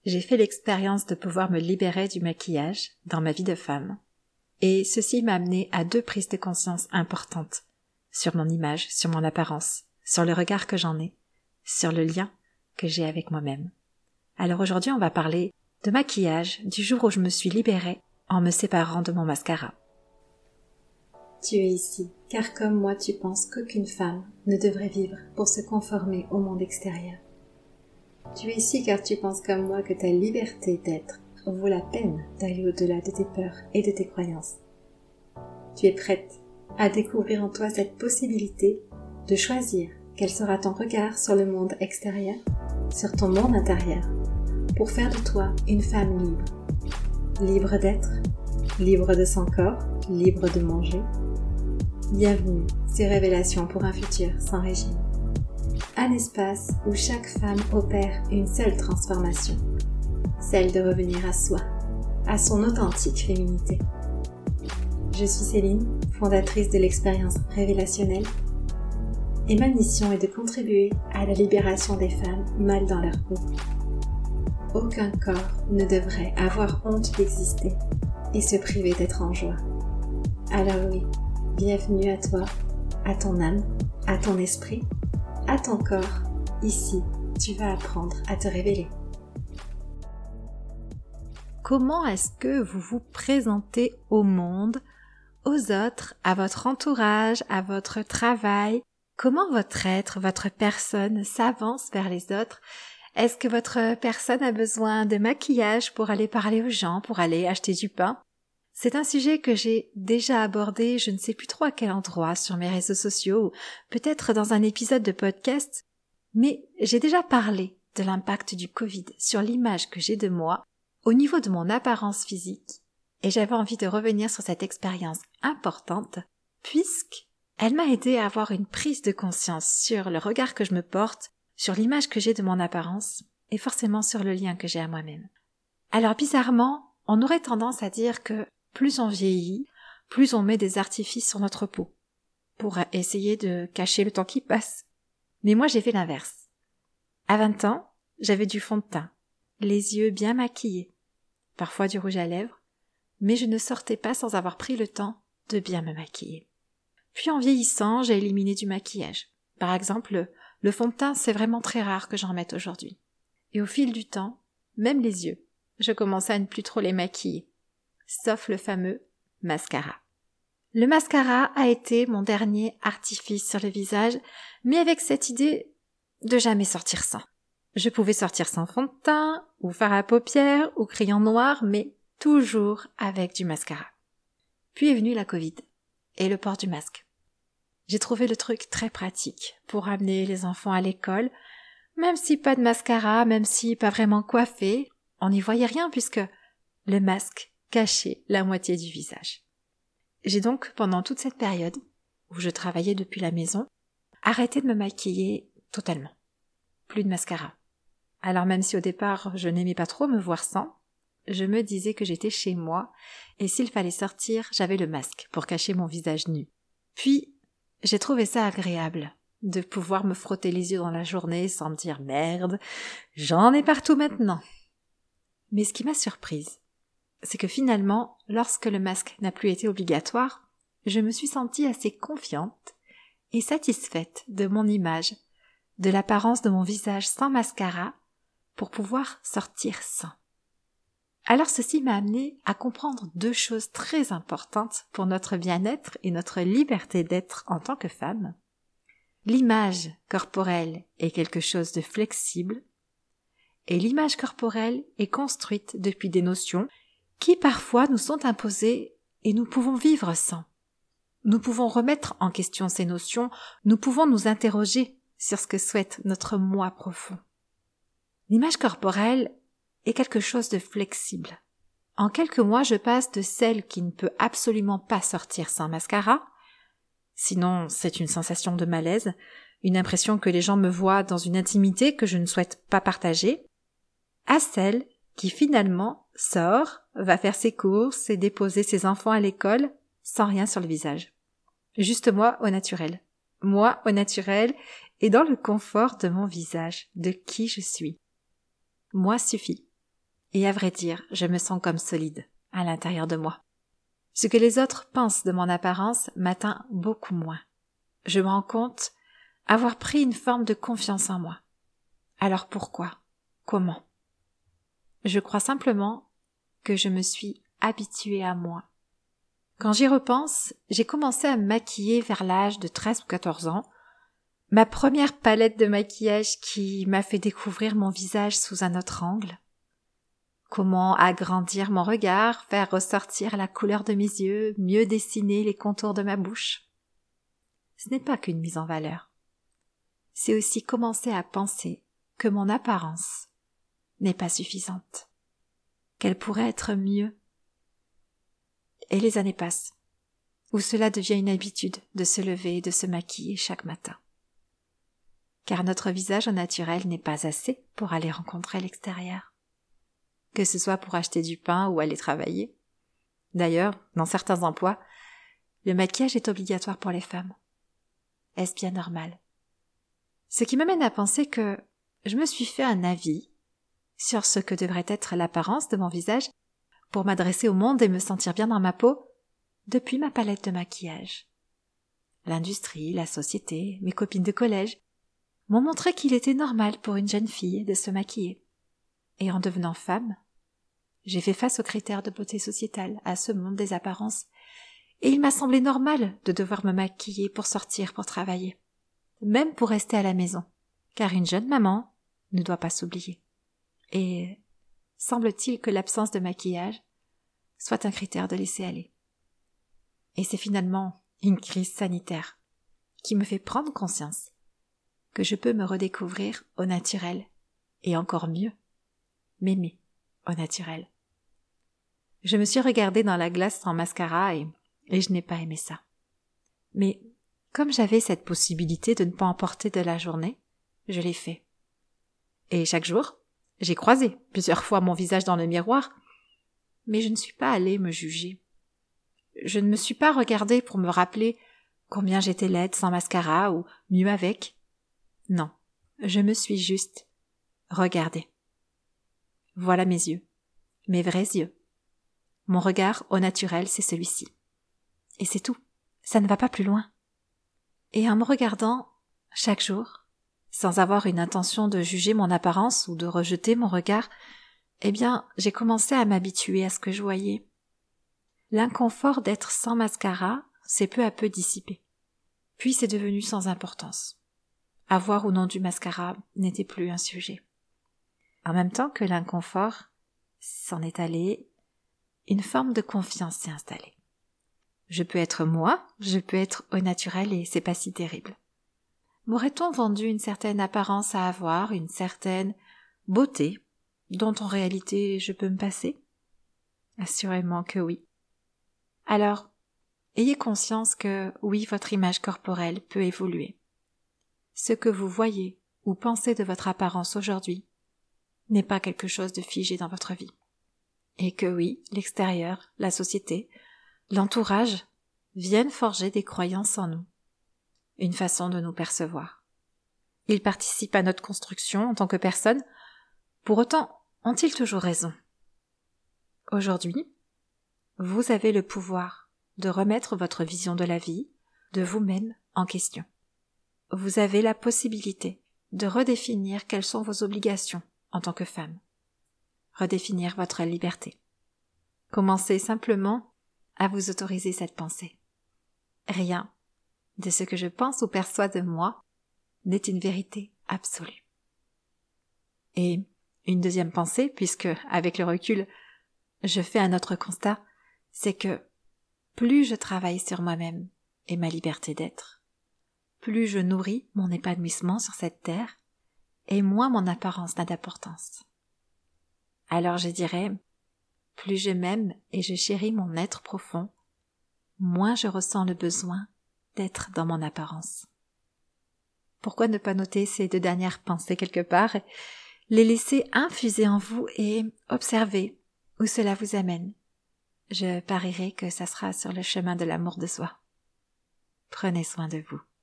j'ai fait l'expérience de pouvoir me libérer du maquillage dans ma vie de femme. Et ceci m'a amené à 2 prises de conscience importantes sur mon image, sur mon apparence, sur le regard que j'en ai, sur le lien que j'ai avec moi-même. Alors aujourd'hui, on va parler de maquillage du jour où je me suis libérée en me séparant de mon mascara. Tu es ici, car comme moi tu penses qu'aucune femme ne devrait vivre pour se conformer au monde extérieur. Tu es ici car tu penses comme moi que ta liberté d'être vaut la peine d'aller au-delà de tes peurs et de tes croyances. Tu es prête à découvrir en toi cette possibilité de choisir quel sera ton regard sur le monde extérieur, sur ton monde intérieur, pour faire de toi une femme libre. Libre d'être, libre de son corps, libre de manger. Bienvenue sur Révélations pour un futur sans régime. Un espace où chaque femme opère une seule transformation, celle de revenir à soi, à son authentique féminité. Je suis Céline, fondatrice de l'expérience révélationnelle, et ma mission est de contribuer à la libération des femmes mal dans leur peau. Aucun corps ne devrait avoir honte d'exister et se priver d'être en joie. Alors oui, bienvenue à toi, à ton âme, à ton esprit, à ton corps. Ici, tu vas apprendre à te révéler. Comment est-ce que vous vous présentez au monde, aux autres, à votre entourage, à votre travail? Comment votre être, votre personne s'avance vers les autres? Est-ce que votre personne a besoin de maquillage pour aller parler aux gens, pour aller acheter du pain? C'est un sujet que j'ai déjà abordé, je ne sais plus trop à quel endroit, sur mes réseaux sociaux, ou peut-être dans un épisode de podcast, mais j'ai déjà parlé de l'impact du Covid sur l'image que j'ai de moi, au niveau de mon apparence physique, et j'avais envie de revenir sur cette expérience importante, puisqu'elle m'a aidé à avoir une prise de conscience sur le regard que je me porte, sur l'image que j'ai de mon apparence, et forcément sur le lien que j'ai à moi-même. Alors bizarrement, on aurait tendance à dire que plus on vieillit, plus on met des artifices sur notre peau, pour essayer de cacher le temps qui passe. Mais moi j'ai fait l'inverse. À 20 ans, j'avais du fond de teint, les yeux bien maquillés, parfois du rouge à lèvres, mais je ne sortais pas sans avoir pris le temps de bien me maquiller. Puis en vieillissant, j'ai éliminé du maquillage. Par exemple, le fond de teint, c'est vraiment très rare que j'en mette aujourd'hui. Et au fil du temps, même les yeux, je commençais à ne plus trop les maquiller, sauf le fameux mascara. Le mascara a été mon dernier artifice sur le visage, mais avec cette idée de jamais sortir sans. Je pouvais sortir sans fond de teint, ou fard à paupières, ou crayon noir, mais toujours avec du mascara. Puis est venue la Covid, et le port du masque. J'ai trouvé le truc très pratique pour amener les enfants à l'école, même si pas de mascara, même si pas vraiment coiffé, on n'y voyait rien puisque le masque cachait la moitié du visage. J'ai donc, pendant toute cette période, où je travaillais depuis la maison, arrêté de me maquiller totalement. Plus de mascara. Alors même si au départ je n'aimais pas trop me voir sans, je me disais que j'étais chez moi et s'il fallait sortir, j'avais le masque pour cacher mon visage nu. Puis, j'ai trouvé ça agréable de pouvoir me frotter les yeux dans la journée sans me dire « Merde, j'en ai partout maintenant !» Mais ce qui m'a surprise, c'est que finalement, lorsque le masque n'a plus été obligatoire, je me suis sentie assez confiante et satisfaite de mon image, de l'apparence de mon visage sans mascara, pour pouvoir sortir sans. Alors ceci m'a amené à comprendre 2 choses très importantes pour notre bien-être et notre liberté d'être en tant que femme. L'image corporelle est quelque chose de flexible, et l'image corporelle est construite depuis des notions qui parfois nous sont imposées et nous pouvons vivre sans. Nous pouvons remettre en question ces notions, nous pouvons nous interroger sur ce que souhaite notre moi profond. L'image corporelle est quelque chose de flexible. En quelques mois, je passe de celle qui ne peut absolument pas sortir sans mascara, sinon c'est une sensation de malaise, une impression que les gens me voient dans une intimité que je ne souhaite pas partager, à celle qui finalement sort, va faire ses courses et déposer ses enfants à l'école sans rien sur le visage. Juste moi au naturel. Moi au naturel et dans le confort de mon visage, de qui je suis. Moi suffit. Et à vrai dire, je me sens comme solide à l'intérieur de moi. Ce que les autres pensent de mon apparence m'atteint beaucoup moins. Je me rends compte avoir pris une forme de confiance en moi. Alors pourquoi? Comment? Je crois simplement que je me suis habituée à moi. Quand j'y repense, j'ai commencé à me maquiller vers l'âge de 13 ou 14 ans. Ma première palette de maquillage qui m'a fait découvrir mon visage sous un autre angle. Comment agrandir mon regard, faire ressortir la couleur de mes yeux, mieux dessiner les contours de ma bouche. Ce n'est pas qu'une mise en valeur. C'est aussi commencer à penser que mon apparence n'est pas suffisante, qu'elle pourrait être mieux. Et les années passent, où cela devient une habitude de se lever et de se maquiller chaque matin. Car notre visage au naturel n'est pas assez pour aller rencontrer l'extérieur. Que ce soit pour acheter du pain ou aller travailler. D'ailleurs, dans certains emplois, le maquillage est obligatoire pour les femmes. Est-ce bien normal? Ce qui m'amène à penser que je me suis fait un avis sur ce que devrait être l'apparence de mon visage pour m'adresser au monde et me sentir bien dans ma peau depuis ma palette de maquillage. L'industrie, la société, mes copines de collège m'ont montré qu'il était normal pour une jeune fille de se maquiller. Et en devenant femme, j'ai fait face aux critères de beauté sociétale, à ce monde des apparences, et il m'a semblé normal de devoir me maquiller pour sortir, pour travailler, même pour rester à la maison, car une jeune maman ne doit pas s'oublier. Et semble-t-il que l'absence de maquillage soit un critère de laisser aller. Et c'est finalement une crise sanitaire qui me fait prendre conscience que je peux me redécouvrir au naturel, et encore mieux, m'aimer au naturel. Je me suis regardée dans la glace sans mascara et je n'ai pas aimé ça. Mais comme j'avais cette possibilité de ne pas en porter de la journée, je l'ai fait. Et chaque jour, j'ai croisé plusieurs fois mon visage dans le miroir, mais je ne suis pas allée me juger. Je ne me suis pas regardée pour me rappeler combien j'étais laide sans mascara ou mieux avec. Non, je me suis juste regardée. Voilà mes yeux, mes vrais yeux. Mon regard au naturel, c'est celui-ci. Et c'est tout, ça ne va pas plus loin. Et en me regardant chaque jour, sans avoir une intention de juger mon apparence ou de rejeter mon regard, eh bien, j'ai commencé à m'habituer à ce que je voyais. L'inconfort d'être sans mascara s'est peu à peu dissipé. Puis c'est devenu sans importance. Avoir ou non du mascara n'était plus un sujet. En même temps que l'inconfort s'en est allé, une forme de confiance s'est installée. Je peux être moi, je peux être au naturel et c'est pas si terrible. M'aurait-on vendu une certaine apparence à avoir, une certaine beauté, dont en réalité je peux me passer? Assurément que oui. Alors, ayez conscience que oui, votre image corporelle peut évoluer. Ce que vous voyez ou pensez de votre apparence aujourd'hui n'est pas quelque chose de figé dans votre vie. Et que oui, l'extérieur, la société, l'entourage viennent forger des croyances en nous, une façon de nous percevoir. Ils participent à notre construction en tant que personne, pour autant ont-ils toujours raison? Aujourd'hui, vous avez le pouvoir de remettre votre vision de la vie, de vous-même en question. Vous avez la possibilité de redéfinir quelles sont vos obligations en tant que femme. Redéfinir votre liberté. Commencez simplement à vous autoriser cette pensée. Rien de ce que je pense ou perçois de moi n'est une vérité absolue. Et une deuxième pensée, puisque avec le recul, je fais un autre constat, c'est que plus je travaille sur moi-même et ma liberté d'être, plus je nourris mon épanouissement sur cette terre, et moins mon apparence n'a d'importance. Alors je dirais, plus je m'aime et je chéris mon être profond, moins je ressens le besoin d'être dans mon apparence. Pourquoi ne pas noter ces deux dernières pensées quelque part, les laisser infuser en vous et observer où cela vous amène? Je parierai que ça sera sur le chemin de l'amour de soi. Prenez soin de vous.